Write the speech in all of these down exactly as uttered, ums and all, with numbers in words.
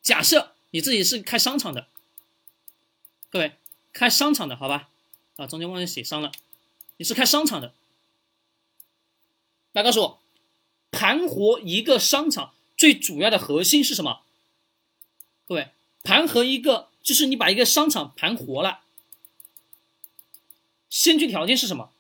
假设你自己是开商场的，各位开商场的好吧？啊，中间忘记写商了，你是开商场的，来告诉我，盘活一个商场最主要的核心是什么？各位，盘活一个就是你把一个商场盘活了，先决条件是什么？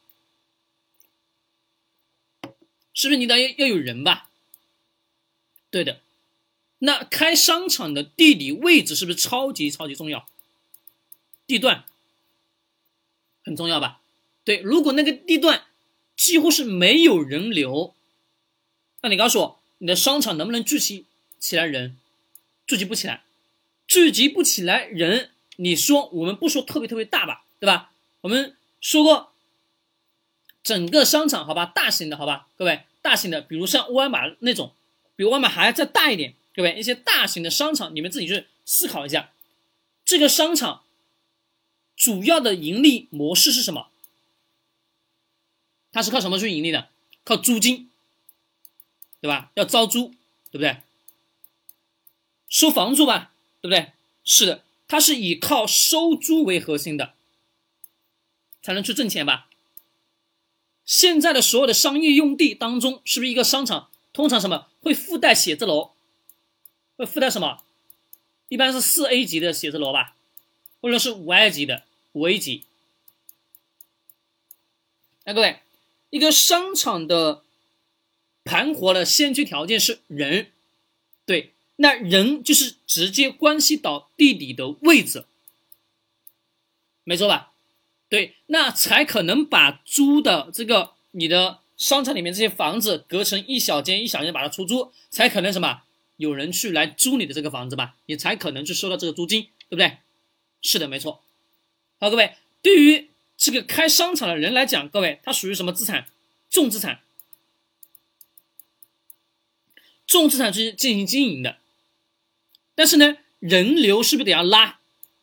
是不是你得要有人吧？对的，那开商场的地理位置是不是超级超级重要？地段很重要吧？对，如果那个地段几乎是没有人流，那你告诉我，你的商场能不能聚集起来人？聚集不起来，聚集不起来人，你说我们不说特别特别大吧，对吧？我们说过整个商场好吧，大型的好吧，各位，大型的，比如像沃尔玛那种，比沃尔玛还要再大一点，各位，一些大型的商场，你们自己去思考一下，这个商场主要的盈利模式是什么？它是靠什么去盈利的？靠租金，对吧？要招租，对不对？收房租吧，对不对？是的，它是以靠收租为核心的，才能去挣钱吧。现在的所有的商业用地当中，是不是一个商场通常什么会附带写字楼？会附带什么？一般是四 A 级的写字楼吧，或者是五 A 级的五 A 级。那各位，一个商场的盘活的先决条件是人，对，那人就是直接关系到地理的位置，没错吧？对，那才可能把租的这个你的商场里面这些房子隔成一小间一小间把它出租，才可能什么有人去来租你的这个房子吧，你才可能去收到这个租金，对不对？是的，没错。好，各位，对于这个开商场的人来讲，各位他属于什么资产？重资产，重资产去进行经营的。但是呢，人流是不是得要拉？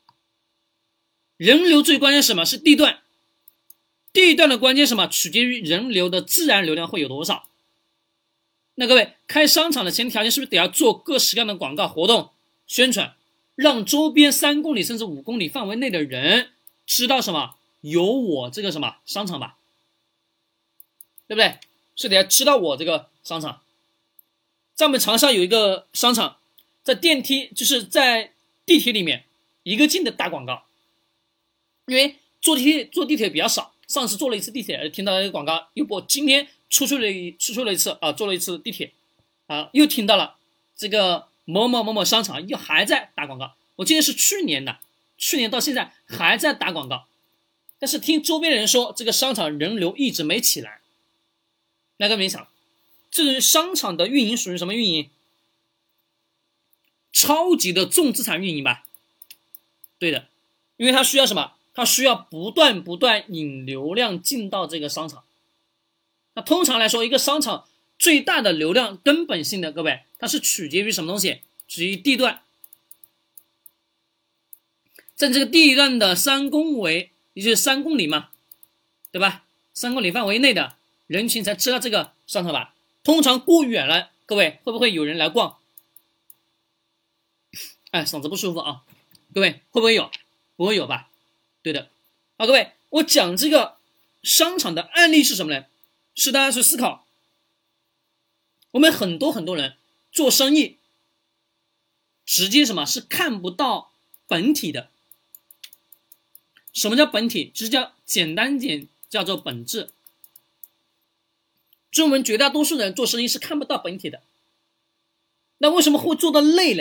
人流最关键是什么？是地段。地段的关键是什么？取决于人流的自然流量会有多少。那各位，开商场的前提条件是不是得要做各式各样的广告活动宣传，让周边三公里甚至五公里范围内的人知道什么？有我这个什么商场吧，对不对？是得要知道我这个商场。在我们长沙有一个商场，在电梯就是在地铁里面一个劲的打广告，因为坐地铁坐地铁比较少，上次坐了一次地铁，听到一个广告又播，今天出去了一出去了一次啊，坐了一次地铁啊，又听到了这个某某某某商场又还在打广告。我记得是去年的，去年到现在还在打广告，但是听周边的人说，这个商场人流一直没起来。那个没想，这个商场的运营属于什么运营？超级的重资产运营吧？对的，因为它需要什么？它需要不断不断引流量进到这个商场。那通常来说，一个商场最大的流量根本性的，各位，它是取决于什么东西？取决于地段。在这个地段的三公围，也就是三公里嘛，对吧？三公里范围内的人群才知道这个商场吧。通常过远了，各位会不会有人来逛？哎，嗓子不舒服啊，各位会不会有？不会有吧？对的。好，各位，我讲这个商场的案例是什么呢？是大家去思考，我们很多很多人做生意，直接什么是看不到本体的。什么叫本体？就是叫简单点，叫做本质。就我们绝大多数人做生意是看不到本体的。那为什么会做到累呢？